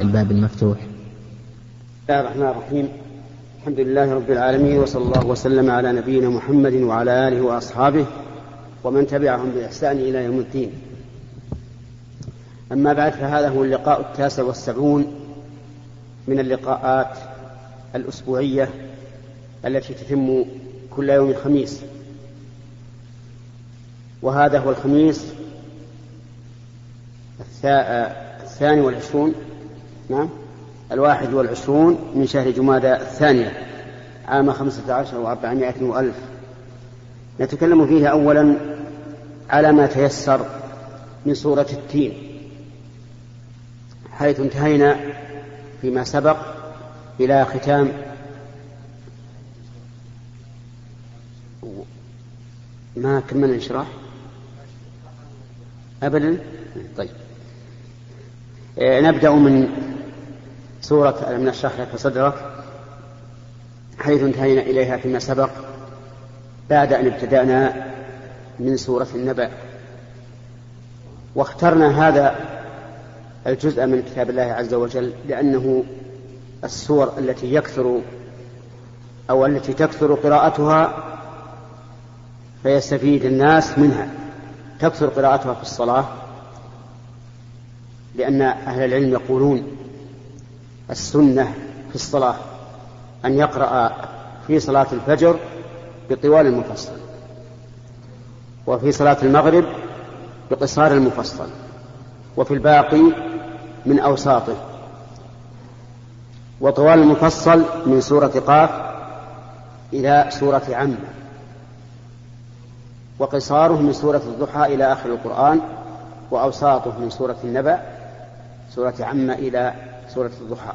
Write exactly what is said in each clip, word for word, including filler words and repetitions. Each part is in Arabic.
عن باب مفتوح. بسم الله الرحمن الرحيم. الحمد لله رب العالمين، وصلى الله وسلم على نبينا محمد وعلى آله وأصحابه ومن تبعهم بإحسان إلى يوم الدين. أما بعد، فهذا هو اللقاء التاسع والسبعون من اللقاءات الأسبوعية التي تتم كل يوم خميس، وهذا هو الخميس الثاني والعشرون نعم الواحد والعشرون من شهر جمادى الثانية عام خمسة عشر وأربعمائة وألف. نتكلم فيه أولا على ما تيسر من سورة التين، حيث انتهينا فيما سبق إلى ختام ما كملنا نشرح أبدا. طيب، نبدأ من سورة ألم نشرح لك صدرك، حيث انتهينا إليها فيما سبق بعد أن ابتدأنا من سورة النبأ. واخترنا هذا الجزء من كتاب الله عز وجل لأنه السور التي يكثر أو التي تكثر قراءتها فيستفيد الناس منها. تكثر قراءتها في الصلاة، لأن أهل العلم يقولون السنة في الصلاة أن يقرأ في صلاة الفجر بطوال المفصل، وفي صلاة المغرب بقصار المفصل، وفي الباقي من أوساطه. وطوال المفصل من سورة قاف إلى سورة عم، وقصاره من سورة الضحى إلى آخر القرآن، وأوساطه من سورة النبأ سورة عم إلى سورة الضحى.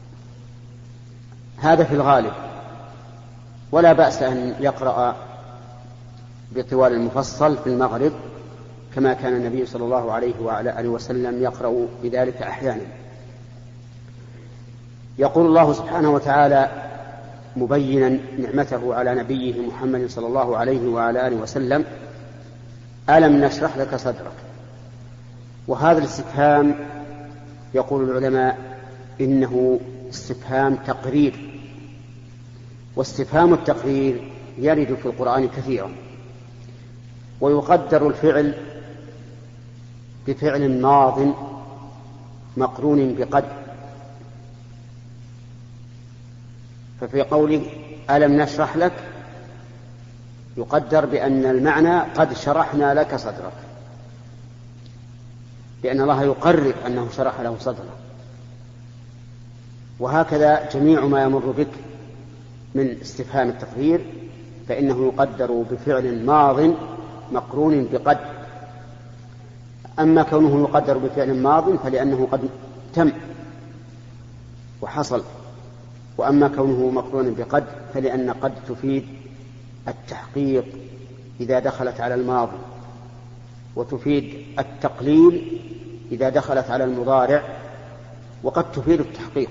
هذا في الغالب، ولا بأس أن يقرأ بطوال المفصل في المغرب كما كان النبي صلى الله عليه وعلى آله وسلم يقرأ بذلك أحيانا. يقول الله سبحانه وتعالى مبينا نعمته على نبيه محمد صلى الله عليه وعلى آله وسلم: ألم نشرح لك صدرك. وهذا الاستفهام يقول العلماء إنه استفهام تقرير، واستفهام التقرير يرد في القرآن كثيرا، ويقدر الفعل بفعل ماض مقرون بقد. ففي قوله ألم نشرح لك يقدر بأن المعنى قد شرحنا لك صدرك، لأن الله يقرر أنه شرح له صدره. وهكذا جميع ما يمر بك من استفهام التقرير فإنه يقدر بفعل ماض مقرون بقد. أما كونه يقدر بفعل ماض فلأنه قد تم وحصل، وأما كونه مقرون بقد فلأن قد تفيد التحقيق إذا دخلت على الماضي، وتفيد التقليل إذا دخلت على المضارع، وقد تفيد التحقيق.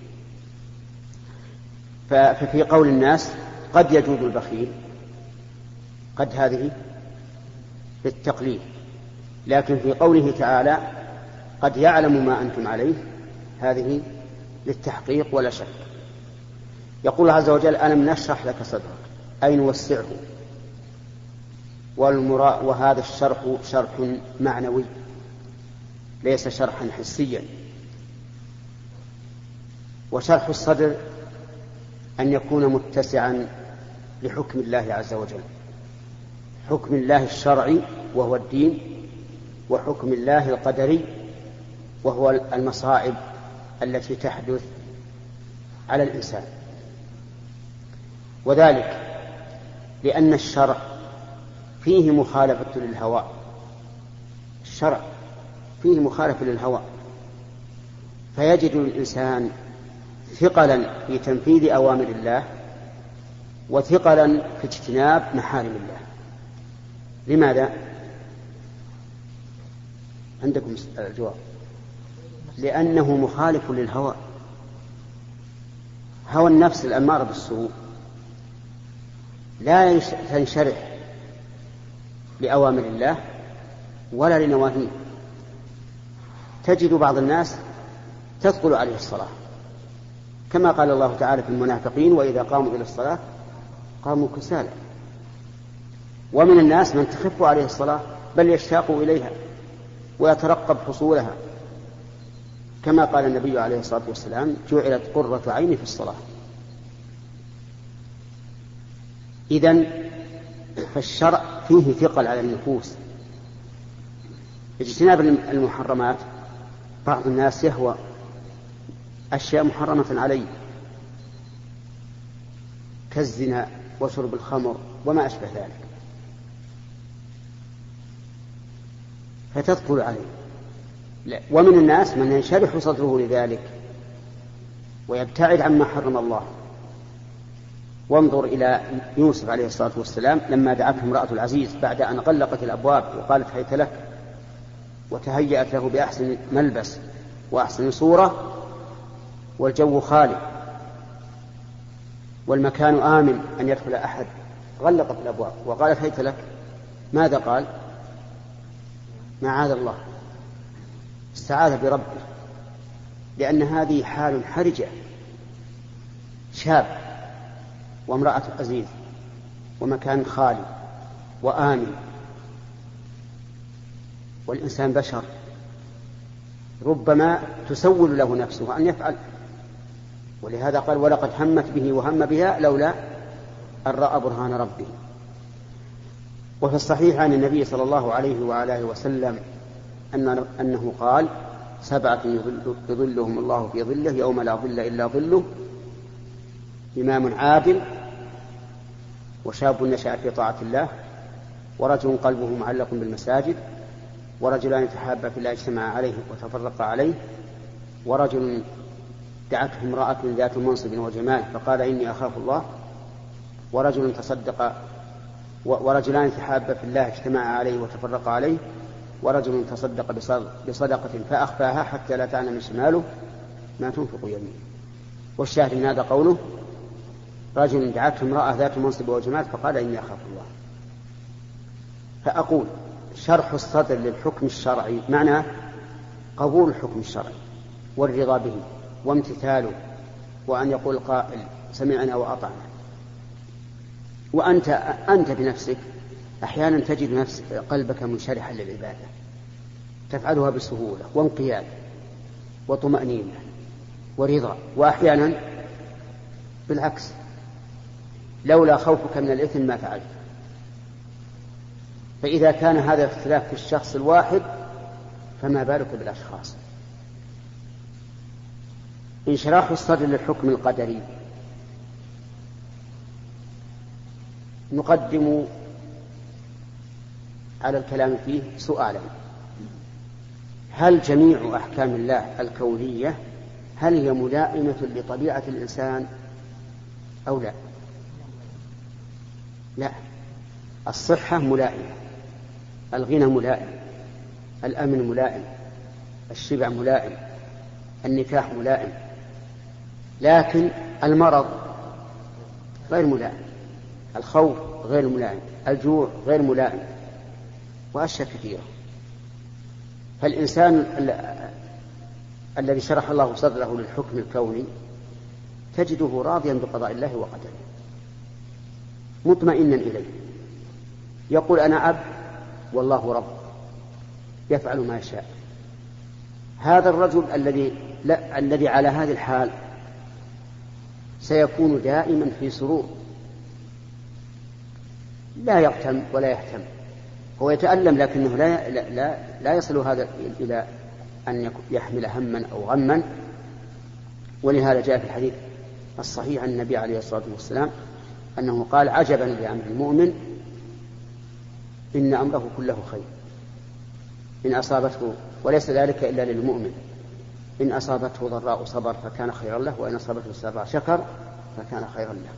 ففي قول الناس قد يجود البخيل، قد هذه للتقليل، لكن في قوله تعالى قد يعلم ما أنتم عليه هذه للتحقيق ولا شك. يقول عز وجل: ألم نشرح لك صدرك، أي نوسعه. والمرا... وهذا الشرح شرح معنوي ليس شرحا حسيا. وشرح الصدر أن يكون متسعا لحكم الله عز وجل، حكم الله الشرعي وهو الدين، وحكم الله القدري وهو المصائب التي تحدث على الإنسان. وذلك لأن الشرع فيه مخالفة للهوى، الشرع فيه مخالفة للهوى، فيجد الإنسان ثقلا في تنفيذ أوامر الله وثقلا في اجتناب محارم الله. لماذا؟ عندكم الجواب: لأنه مخالف للهوى. هوى النفس الأمارة بالسوء لا تنشرح لأوامر الله ولا لنواهيه. تجد بعض الناس تثقل عليه الصلاة، كما قال الله تعالى في المنافقين وإذا قاموا إلى الصلاة قاموا كسالى. ومن الناس من تخف عليه الصلاة بل يشتاق إليها ويترقب حصولها، كما قال النبي عليه الصلاة والسلام جعلت قرة عيني في الصلاة. إذن فالشرع فيه ثقل على النفوس. اجتناب المحرمات، بعض الناس يهوى أشياء محرمة عليه كالزنا وشرب الخمر وما أشبه ذلك، فتثقل عليه. لا. ومن الناس من ينشرح صدره لذلك ويبتعد عما حرم الله. وانظر إلى يوسف عليه الصلاة والسلام لما دعته امرأة العزيز بعد أن غلقت الأبواب وقالت هيت لك، وتهيأت له بأحسن ملبس وأحسن صورة، والجو خالي والمكان آمن أن يدخل أحد، غلقت الأبواب وقالت هيت لك، ماذا قال؟ معاذ الله، استعاذ بربه، لأن هذه حال حرجة، شاب وامرأة عزيز ومكان خالي وآمن، والإنسان بشر ربما تسول له نفسه أن يفعل. ولهذا قال ولقد همت به وهم بها لولا أن رأى برهان ربه. وفي الصحيح عن النبي صلى الله عليه وآله وسلم أنه قال سبعة يظلهم الله في ظله يوم لا ظل إلا ظله: إمام عادل، وشاب نشأ في طاعة الله، ورجل قلبه معلق بالمساجد، ورجلان تحابا في الله اجتمعا عليه وتفرقا عليه، ورجل دعته امرأة ذات منصب وجمال فقال إني أخاف الله، ورجل تصدق ورجلان تحابا في الله اجتمعا عليه وتفرقا عليه، ورجل تصدق بصدقة فأخفاها حتى لا تعلم شماله ما تنفق يمينه. والشاهد من هذا قوله رجل دعته امرأة ذات منصب وجمال فقال إني أخاف الله. فأقول شرح الصدر للحكم الشرعي معناه قبول الحكم الشرعي والرضا به وامتثاله، وأن يقول قائل سمعنا وأطعنا. وأنت أنت بنفسك أحيانا تجد نفس قلبك منشرحا للعبادة، تفعلها بسهولة وانقياد وطمأنينة ورضا، وأحيانا بالعكس لولا خوفك من الإثم ما فعلت. فإذا كان هذا الاختلاف في الشخص الواحد فما بالك بالأشخاص. انشراح الصدر للحكم القدري نقدم على الكلام فيه سؤالا: هل جميع أحكام الله الكونية هل هي ملائمة لطبيعة الإنسان أو لا؟ لا. الصحة ملائمة، الغنى ملائم، الأمن ملائم، الشبع ملائم، النكاح ملائم، لكن المرض غير ملائم، الخوف غير ملائم، الجوع غير ملائم، وأشياء كثيرة. فالإنسان الذي شرح الله صدره للحكم الكوني تجده راضيا بقضاء الله وقدره مطمئنا إليه، يقول أنا عبد والله رب يفعل ما يشاء. هذا الرجل الذي لا الذي على هذه الحال سيكون دائما في سرور، لا يغتم ولا يهتم، هو يتألم لكنه لا, لا, لا, لا يصل هذا إلى أن يحمل هما أو غما. ولهذا جاء في الحديث الصحيح عن النبي عليه الصلاة والسلام أنه قال عجبا لأمر المؤمن إن أمره كله خير إن أصابته، وليس ذلك إلا للمؤمن، إن أصابته ضراء صبر فكان خيرا له، وإن أصابته سراء شكر فكان خيرا له.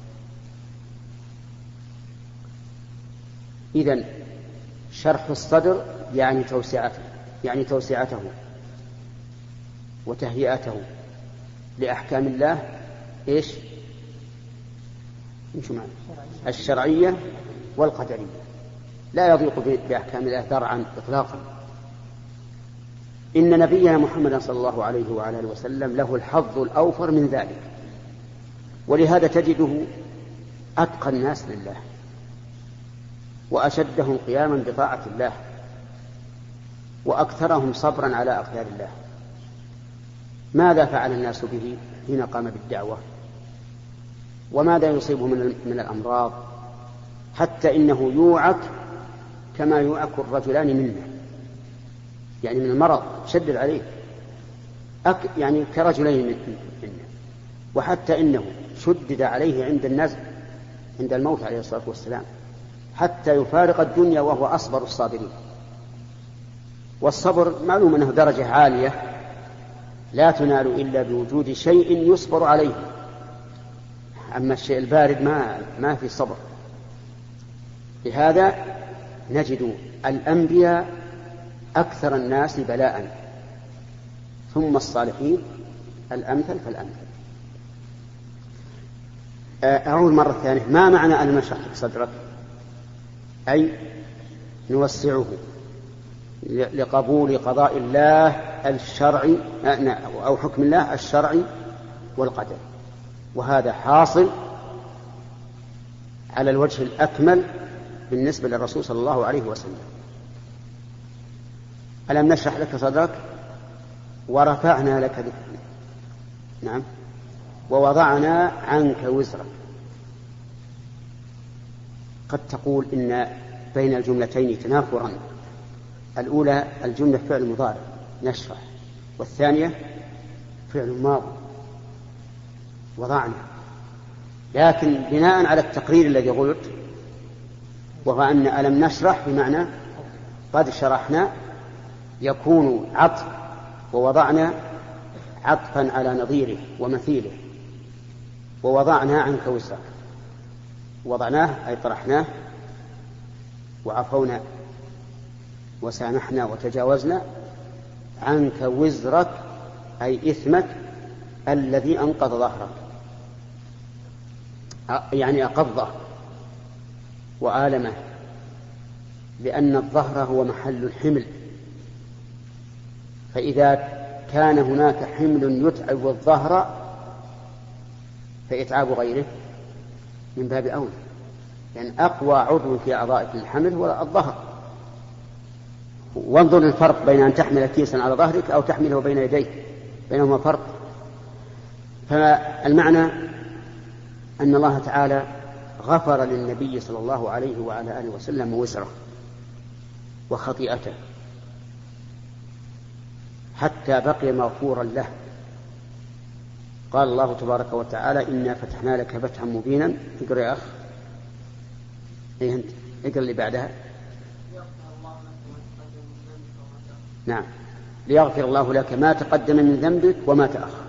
إذن شرح الصدر يعني توسعته يعني توسعته وتهيئته لأحكام الله إيش؟ الشرعية والقدرية، لا يضيق بأحكام الله ذرعا إطلاقا. إن نبينا محمد صلى الله عليه وعلى آله وسلم له الحظ الأوفر من ذلك، ولهذا تجده أتقى الناس لله وأشدهم قياما بطاعة الله وأكثرهم صبرا على أقدار الله. ماذا فعل الناس به حين قام بالدعوة؟ وماذا يصيبه من الأمراض؟ حتى إنه يوعك كما يوعك الرجلان منا، يعني من المرض شدد عليه أك يعني كرجلين منا. وحتى إنه شدد عليه عند الناس عند الموت عليه الصلاة والسلام حتى يفارق الدنيا وهو أصبر الصابرين. والصبر معلوم أنه درجة عالية لا تنال إلا بوجود شيء يصبر عليه، أما الشيء البارد ما, ما في صبر. لهذا نجد الأنبياء أكثر الناس بلاء، ثم الصالحين الأمثل فالأمثل. أعود مرة ثانية، ما معنى أن نشرح صدرك؟ أي نوسعه لقبول قضاء الله الشرعي أو حكم الله الشرعي والقدر، وهذا حاصل على الوجه الأكمل بالنسبة للرسول صلى الله عليه وسلم. ألم نشرح لك صدرك ورفعنا لك ذكرك، نعم، ووضعنا عنك وزرك. قد تقول إن بين الجملتين تنافرا، الأولى الجملة فعل مضارع نشرح، والثانية فعل ماضي وضعنا، لكن بناء على التقرير الذي قلت وهو أن ألم نشرح بمعنى قد شرحنا يكون عطف، ووضعنا عطفا على نظيره ومثيله. ووضعنا عنك وزرك، وضعناه أي طرحناه، وعفونا وسامحنا وتجاوزنا عنك وزرك أي إثمك الذي أنقض ظهرك، يعني أقضه وآلمه، لأن الظهر هو محل الحمل، فإذا كان هناك حمل يتعب الظهر فإتعاب غيره من باب أولى، يعني أقوى عضو في أعضاء الحمل هو الظهر. وانظر الفرق بين أن تحمل كيسا على ظهرك أو تحمله بين يديك، بينهما فرق. فالمعنى أن الله تعالى غفر للنبي صلى الله عليه وعلى آله وسلم وزره وخطيئته حتى بقي مغفورا له. قال الله تبارك وتعالى إنا فتحنا لك فتحا مبينا. اقرأ يا أخ، إيه أنت اقرأ اللي بعدها. نعم، ليغفر الله لك ما تقدم من ذنبك وما تأخر.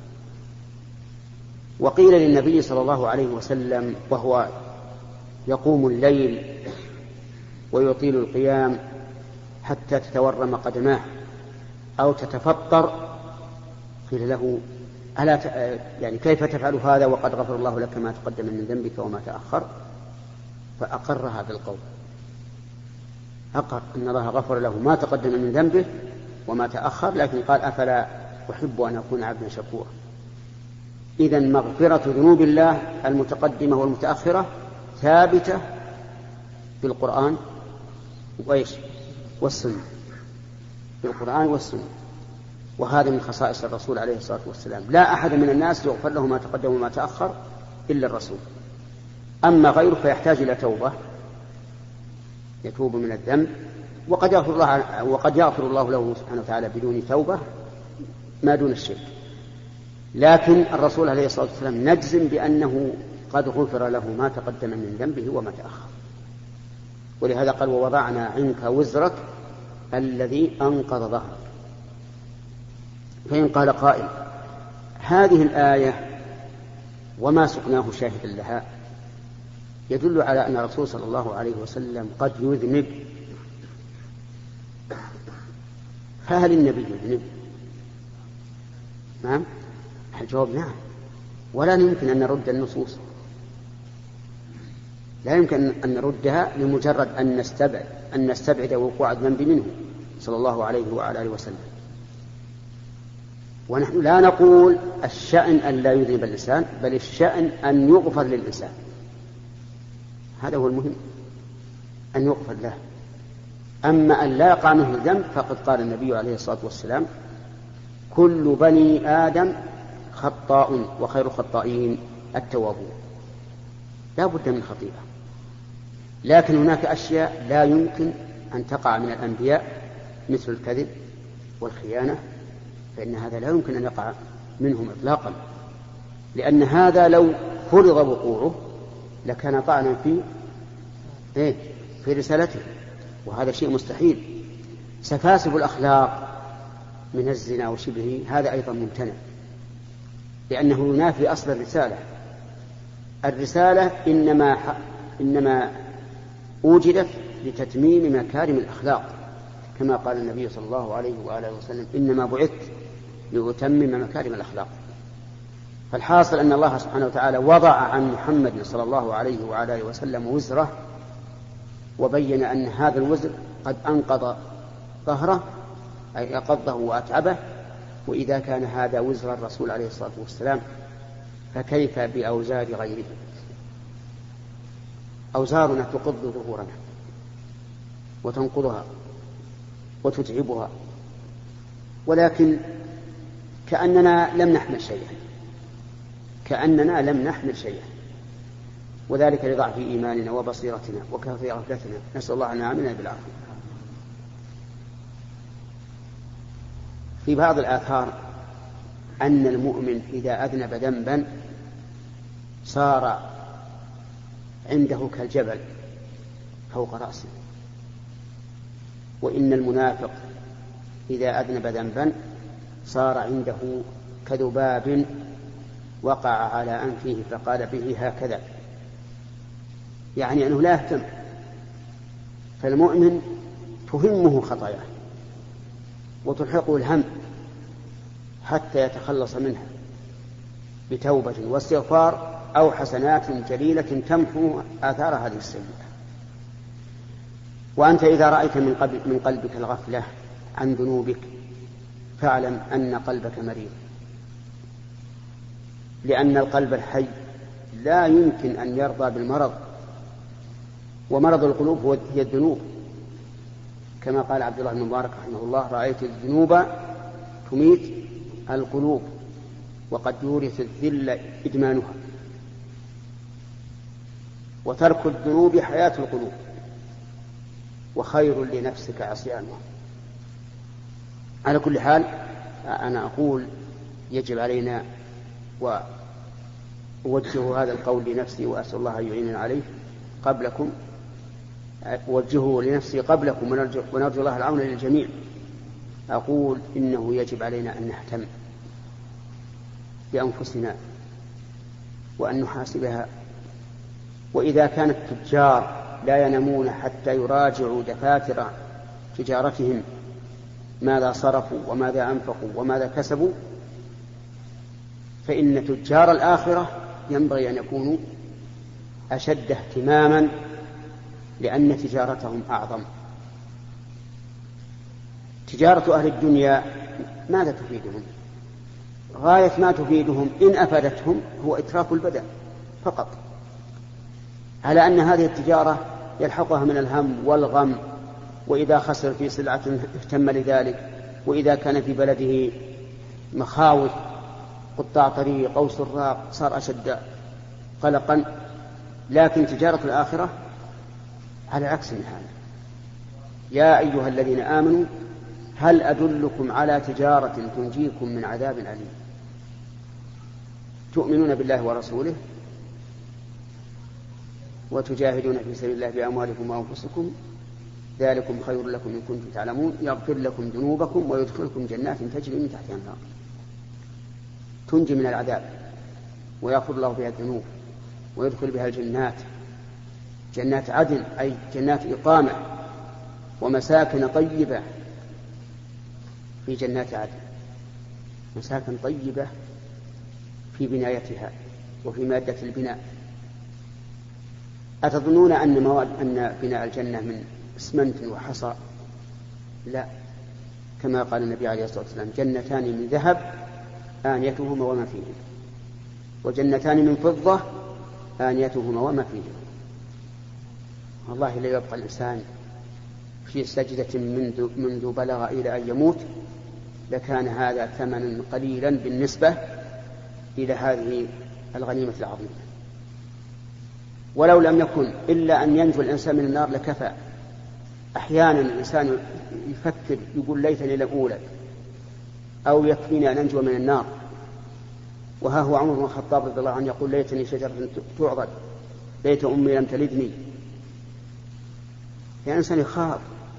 وقيل للنبي صلى الله عليه وسلم وهو يقوم الليل ويطيل القيام حتى تتورم قدماه أو تتفطر، قيل له ألا ت... يعني كيف تفعل هذا وقد غفر الله لك ما تقدم من ذنبك وما تأخر؟ فأقر هذا القول، أقر أن الله غفر له ما تقدم من ذنبه وما تأخر، لكن قال أفلا أحب أن أكون عبدا شكورا. إذن مغفرة ذنوب الله المتقدمة والمتأخرة ثابتة في القرآن وإيش والسنة، في القرآن والسنة. وهذا من خصائص الرسول عليه الصلاة والسلام، لا أحد من الناس يغفر له ما تقدم وما تأخر إلا الرسول. أما غيره فيحتاج إلى توبة، يتوب من الذنب، وقد يغفر الله وقد يغفر الله له سبحانه وتعالى بدون توبة ما دون الشرك. لكن الرسول عليه الصلاة والسلام نجزم بأنه قد غفر له ما تقدم من ذنبه وما تأخر، ولهذا قال ووضعنا عنك وزرك الذي أنقض ظهرك. فإن قال قائل هذه الآية وما سقناه شاهدا لها يدل على أن الرسول صلى الله عليه وسلم قد يذنب، فهل النبي يذنب؟ نعم، الجواب نعم، ولا يمكن أن نرد النصوص، لا يمكن أن نردها لمجرد أن نستبعد أن نستبعد وقوع الذنب منه صلى الله عليه وعلى آله وسلم. ونحن لا نقول الشأن أن لا يذنب الإنسان، بل الشأن أن يغفر للإنسان، هذا هو المهم، أن يغفر له. أما أن لا يقع منه الذنب فقد قال النبي عليه الصلاة والسلام: كل بني آدم خطاء وخير الخطائين التوابون. لا بد من خطيئة، لكن هناك أشياء لا يمكن أن تقع من الأنبياء مثل الكذب والخيانة، فإن هذا لا يمكن أن يقع منهم إطلاقا، لأن هذا لو فرض وقوعه لكان طعنا في إيه؟ في رسالته، وهذا شيء مستحيل. سفاسف الأخلاق من الزنا وشبهه هذا أيضا ممتنع، لأنه ينافي أصل الرسالة. الرسالة إنما, إنما أوجدت لتتميم مكارم الأخلاق، كما قال النبي صلى الله عليه وآله وسلم: إنما بعثت لأتمم مكارم الأخلاق. فالحاصل أن الله سبحانه وتعالى وضع عن محمد صلى الله عليه وآله وسلم وزره، وبين أن هذا الوزر قد أنقض ظهره، أي أقضه وأتعبه. وإذا كان هذا وزر الرسول عليه الصلاة والسلام فكيف بأوزار غيره؟ أوزارنا تقض ظهورنا وتنقضها وتتعبها، ولكن كأننا لم نحمل شيئا، كأننا لم نحمل شيئا، وذلك لضعف إيماننا وبصيرتنا وكثرة غفلتنا. نسأل الله أن يعاملنا بالعافية. في بعض الآثار أن المؤمن إذا أذنب ذنبا صار عنده كالجبل فوق رأسه، وإن المنافق إذا أذنب ذنبا صار عنده كذباب وقع على أنفه فقال به هكذا، يعني أنه لا يهتم. فالمؤمن تهمه خطاياه وتلحقه الهم حتى يتخلص منها بتوبة واستغفار أو حسنات جليلة تمحو آثار هذه السيئة. وأنت إذا رأيت من, قلب من قلبك الغفلة عن ذنوبك فاعلم أن قلبك مريض، لأن القلب الحي لا يمكن أن يرضى بالمرض، ومرض القلوب هي الذنوب، كما قال عبد الله بن مبارك رحمه الله: رأيت الذنوب تميت القلوب وقد يورث الذل إدمانها. وترك الذنوب حياة القلوب، وخير لنفسك عصيانها. على كل حال أنا أقول يجب علينا، وأوجه هذا القول لنفسي وأسأل الله أن يعيننا عليه قبلكم، أوجهه لنفسي قبلكم ونرجو, ونرجو الله العون للجميع. أقول إنه يجب علينا أن نهتم بأنفسنا وأن نحاسبها. وإذا كان التجار لا ينامون حتى يراجعوا دفاتر تجارتهم ماذا صرفوا وماذا أنفقوا وماذا كسبوا، فإن تجار الآخرة ينبغي أن يكونوا أشد اهتماما، لأن تجارتهم أعظم. تجارة أهل الدنيا ماذا تفيدهم؟ غاية ما تفيدهم إن أفادتهم هو إتراك البدن فقط، على أن هذه التجارة يلحقها من الهم والغم، وإذا خسر في سلعة اهتم لذلك، وإذا كان في بلده مخاوف قطاع طريق أو سراق صار أشد قلقا. لكن تجارة الآخرة على عكس من هذا. يا أيها الذين آمنوا هل أدلكم على تجارة تنجيكم من عذاب أليم تؤمنون بالله ورسوله وتجاهدون في سبيل الله بأموالكم وأنفسكم ذلكم خير لكم إن كنتم تعلمون يغفر لكم ذنوبكم ويدخلكم جنات تجري من تحتها الأنهار تنجي من العذاب ويغفر الله بها الذنوب ويدخل بها الجنات، جنات عدن أي جنات إقامة ومساكن طيبة في جنات عدن، مساكن طيبة في بنايتها وفي مادة البناء. أتظنون أن, مواد أن بناء الجنة من اسمنت وحصى؟ لا، كما قال النبي عليه الصلاة والسلام: جنتان من ذهب آنيتهما وما فيهما، وجنتان من فضة آنيتهما وما فيهما. والله لا يبقى الإنسان في سجدة منذ, منذ بلغ إلى أن يموت لكان هذا ثمنا قليلا بالنسبة إلى هذه الغنيمة العظيمة. ولو لم يكن إلا أن ينجو الإنسان من النار لكفى. أحيانا الإنسان يفكر يقول ليتني لم أولد، أو يكفيني أن أنجو من النار. وها هو عمر بن الخطاب رضي الله عنه يقول ليتني شجرة تعضد، ليت أمي لم تلدني. يعني إنسان يخاف،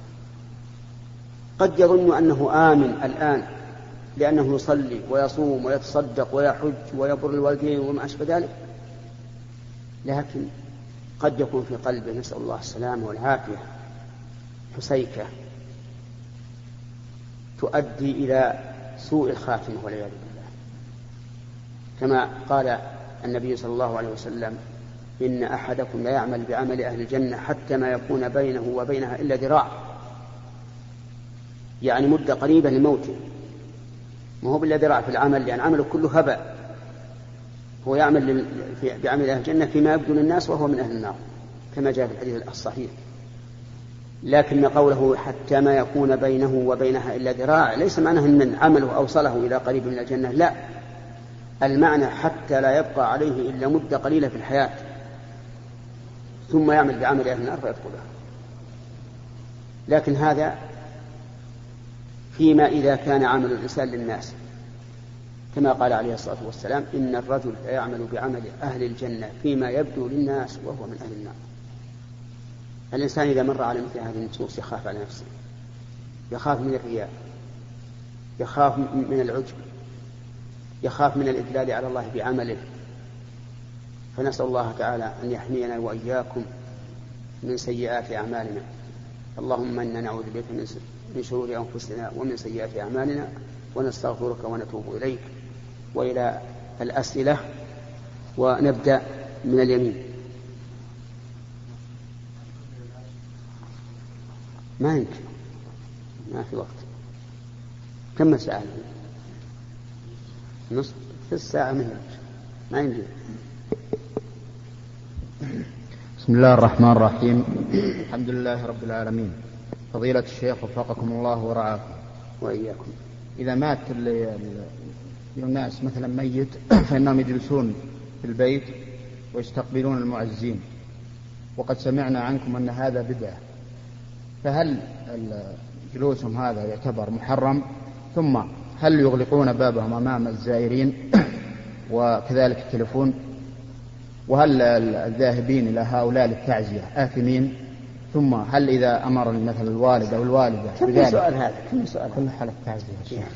قد يظن أنه آمن الآن لأنه يصلي ويصوم ويتصدق ويحج ويبر الوالدين وما أشبه ذلك، لكن قد يكون في قلبه نسأل الله السلامة والعافية حسيكة تؤدي إلى سوء الخاتمة والعياذ بالله. كما قال النبي صلى الله عليه وسلم إن أحدكم لا يعمل بعمل أهل الجنة حتى ما يكون بينه وبينها إلا ذراع، يعني مدة قريبة لموته. ما هو بالله ذراع في العمل، لأن عمله كله هباء. هو يعمل بعمل أهل الجنة فيما يبدو للناس وهو من أهل النار كما جاء في الحديث الصحيح. لكن قوله حتى ما يكون بينه وبينها إلا ذراع ليس معناه أن عمله أوصله إلى قريب من الجنة، لا، المعنى حتى لا يبقى عليه إلا مدة قليلة في الحياة ثم يعمل بعمل أهل النار فيدخلها. لكن هذا فيما إذا كان عمل الإنسان للناس، كما قال عليه الصلاة والسلام إن الرجل يعمل بعمل أهل الجنة فيما يبدو للناس وهو من أهل النار. الإنسان إذا مر على مثل هذه النصوص يخاف على نفسه، يخاف من الرياء، يخاف من العجب، يخاف من الإدلال على الله بعمله. فنسأل الله تعالى أن يحمينا وإياكم من سيئات أعمالنا. اللهم إنا نعوذ بك من شرور أنفسنا ومن سيئات أعمالنا ونستغفرك ونتوب إليك. وإلى الأسئلة، ونبدأ من اليمين. ما يمكن، ما في وقت. كم ساعة؟ نصف الساعة مهلك، ما يمكن. بسم الله الرحمن الرحيم. الحمد لله رب العالمين. فضيلة الشيخ وفقكم الله ورعاكم وإياكم. إذا مات الناس مثلا ميت فإنهم يجلسون في البيت ويستقبلون المعزين، وقد سمعنا عنكم أن هذا بدعة، فهل جلوسهم هذا يعتبر محرم؟ ثم هل يغلقون بابهم أمام الزائرين وكذلك التلفون؟ وهل الذاهبين إلى هؤلاء للتعزية آثمين؟ ثم هل إذا أمر مثلا الوالد أو الوالدة كم سؤال هذا؟ كم سؤال؟ كل حالة تعزية.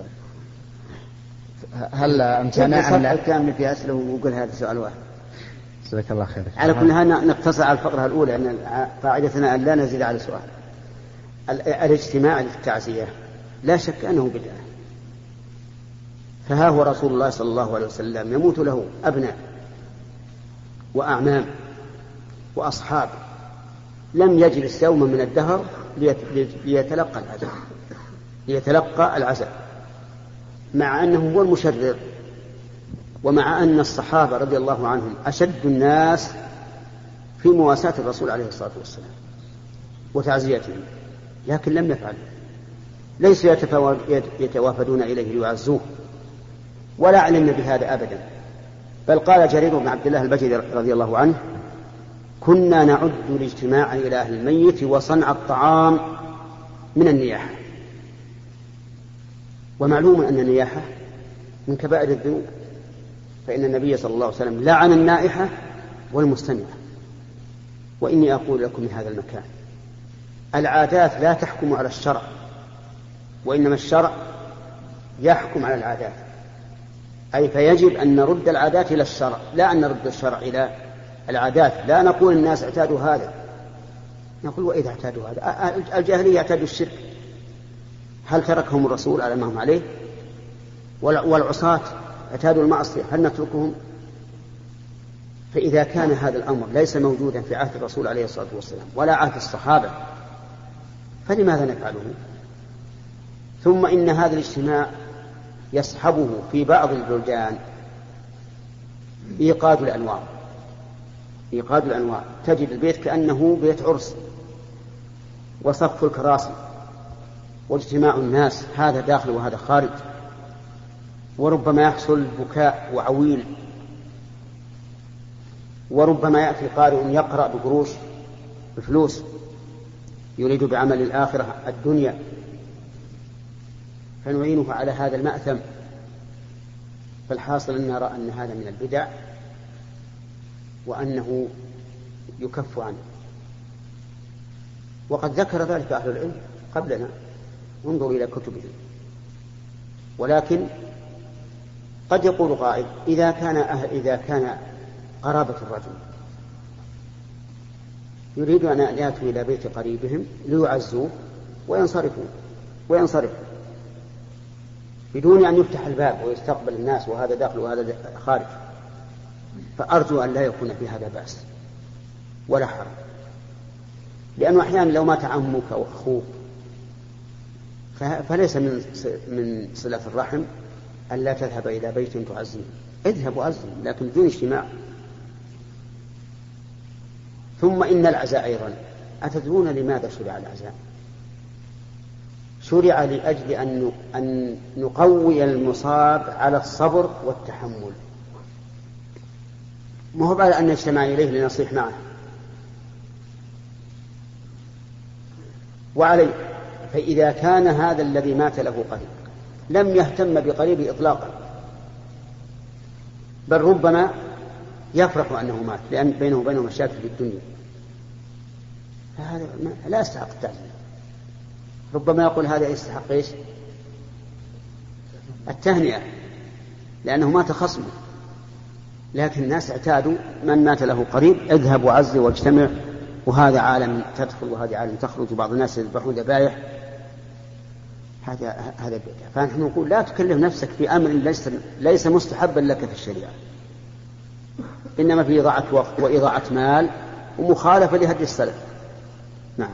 هل أمكاننا أن الكامل في أسئلة وقل هذا سؤال واحد؟ جزاك الله خير. على كل حال نقتصر على الفقرة الأولى، أن قاعدتنا أن لا نزيد على سؤال. الاجتماع للتعزية لا شك أنه بدعة. فها هو رسول الله صلى الله عليه وسلم يموت له أبناء وأعمام وأصحاب، لم يجلس يوما من الدهر ليتلقى العزاء ليتلقى العزاء مع أنه هو المشرر، ومع أن الصحابة رضي الله عنهم أشد الناس في مواساة الرسول عليه الصلاة والسلام وتعزيته، لكن لم يفعلوا. ليسوا يتوافدون إليه ليعزوه، ولا علمنا بهذا أبدا. بل قال جرير بن عبد الله البجلي رضي الله عنه كنا نعد الاجتماع إلى أهل الميت وصنع الطعام من النياحة. ومعلوم أن النياحة من كبائر الذنوب، فإن النبي صلى الله عليه وسلم لعن النائحة والمستمعة. وإني أقول لكم من هذا المكان العادات لا تحكم على الشرع، وإنما الشرع يحكم على العادات، أي فيجب أن نرد العادات إلى الشرع، لا أن نرد الشرع إلى العادات. لا نقول الناس اعتادوا هذا، نقول وإذا اعتادوا هذا الجاهلية اعتادوا الشرك، هل تركهم الرسول على ما هم عليه؟ والعصاة اعتادوا المعصية، هل نتركهم؟ فإذا كان هذا الأمر ليس موجودا في عهد الرسول عليه الصلاة والسلام ولا عهد الصحابة فلماذا نفعله؟ ثم إن هذا الاجتماع يسحبه في بعض البلدان إيقاد الأنوار. إيقاد الأنوار تجد البيت كأنه بيت عرس، وصف الكراسي واجتماع الناس، هذا داخل وهذا خارج، وربما يحصل بكاء وعويل، وربما يأتي قارئ يقرأ بقروش بفلوس يريد بعمل الآخرة الدنيا، فنعينه على هذا المأثم. فالحاصل أن نرى أن هذا من البدع وأنه يكف عنه، وقد ذكر ذلك أهل العلم قبلنا، انظروا إلى كتبهم. ولكن قد يقول قائل إذا كان أهل إذا كان قرابة الرجل يريد أن يأتوا إلى بيت قريبهم ليعزوه وينصرفوا وينصرفوا بدون أن يفتح الباب ويستقبل الناس وهذا داخل وهذا خارج، فأرجو أن لا يكون في هذا بأس ولا حرج، لأنه أحيانا لو مات عمك أو أخوك فليس من من صلة الرحم أن لا تذهب إلى بيت تعزيه، اذهب وعزهم لكن بدون اجتماع. ثم إن العزاء أيضا، أتدرون لماذا شرع العزاء؟ شرع لأجل أن أن نقوي المصاب على الصبر والتحمل، ما هو بعد أن نجتمع إليه لنصيح معه. وعليه فإذا كان هذا الذي مات له قريب لم يهتم بقريبه إطلاقا، بل ربما يفرح أنه مات لأن بينه وبينه مشاكل في الدنيا، فهذا لا يستحق التعزية. ربما يقول هذا يستحق إيش؟ التهنئة لأنه مات خصمه، لكن الناس اعتادوا من مات له قريب اذهب وعز واجتمع، وهذا عالم تدخل وهذا عالم تخرج، وبعض الناس يذبحون ذبائح، هذا هذا بدعة. فنحن نقول لا تكلف نفسك في أمر ليس ليس مستحبا لك في الشريعة، إنما في إضاعة وقت وإضاعة مال ومخالفة لهدي السلف. نعم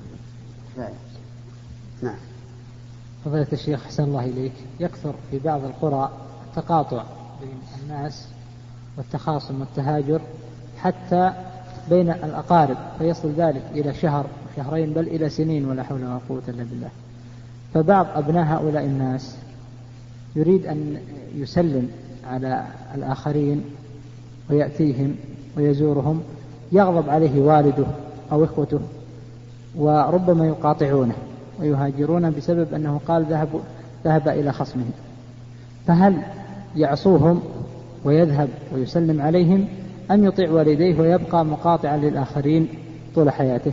نعم. فضيلة الشيخ أحسن الله إليك، يكثر في بعض القرى التقاطع بين الناس والتخاصم والتهاجر حتى بين الأقارب، فيصل ذلك إلى شهر شهرين بل إلى سنين ولا حول ولا قوة إلا بالله. فبعض أبناء هؤلاء الناس يريد أن يسلم على الآخرين ويأتيهم ويزورهم، يغضب عليه والده أو إخوته وربما يقاطعونه ويهاجرونه بسبب أنه قال ذهب, ذهب إلى خصمه، فهل يعصوهم ويذهب ويسلم عليهم أم يطيع والديه ويبقى مقاطعا للآخرين طول حياته؟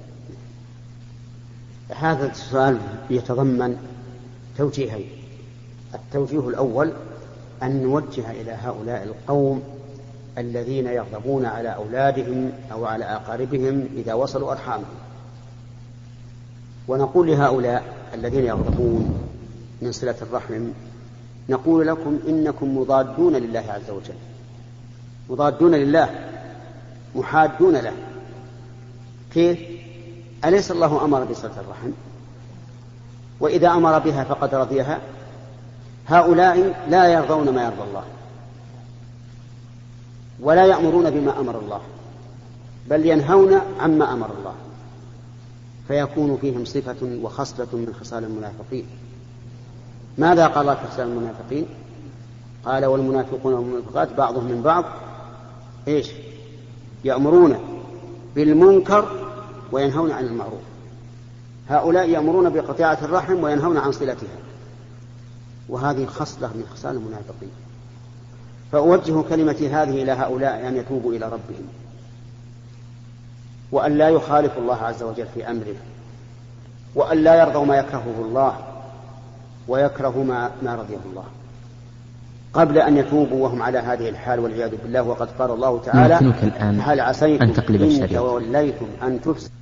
هذا السؤال يتضمن توجيهين. التوجيه الأول أن نوجه إلى هؤلاء القوم الذين يغضبون على أولادهم أو على أقاربهم إذا وصلوا أرحامهم، ونقول لهؤلاء الذين يغضبون من صلة الرحم، نقول لكم إنكم مضادون لله عز وجل، مضادون لله محادون له. كيف؟ أليس الله أمر بصلة الرحم؟ وإذا أمر بها فقد رضيها. هؤلاء لا يرضون ما يرضى الله ولا يأمرون بما أمر الله، بل ينهون عما أمر الله، فيكون فيهم صفة وخصلة من خصال المنافقين. ماذا قال الله في خصال المنافقين؟ قال والمنافقون والمنافقات بعضهم من بعض إيش؟ يأمرون بالمنكر وينهون عن المعروف. هؤلاء يأمرون بقطيعة الرحم وينهون عن صلتها، وهذه خصلة من خصال المنافقين. فأوجه كلمتي هذه إلى هؤلاء أن يتوبوا إلى ربهم وأن لا يخالفوا الله عز وجل في أمره، وأن لا يرضوا ما يكرهه الله ويكرهوا ما, ما رضيه الله قبل أن يتوبوا وهم على هذه الحال والعياذ بالله. وقد قال الله تعالى هل عسيتم إن توليتم أن تفسدوا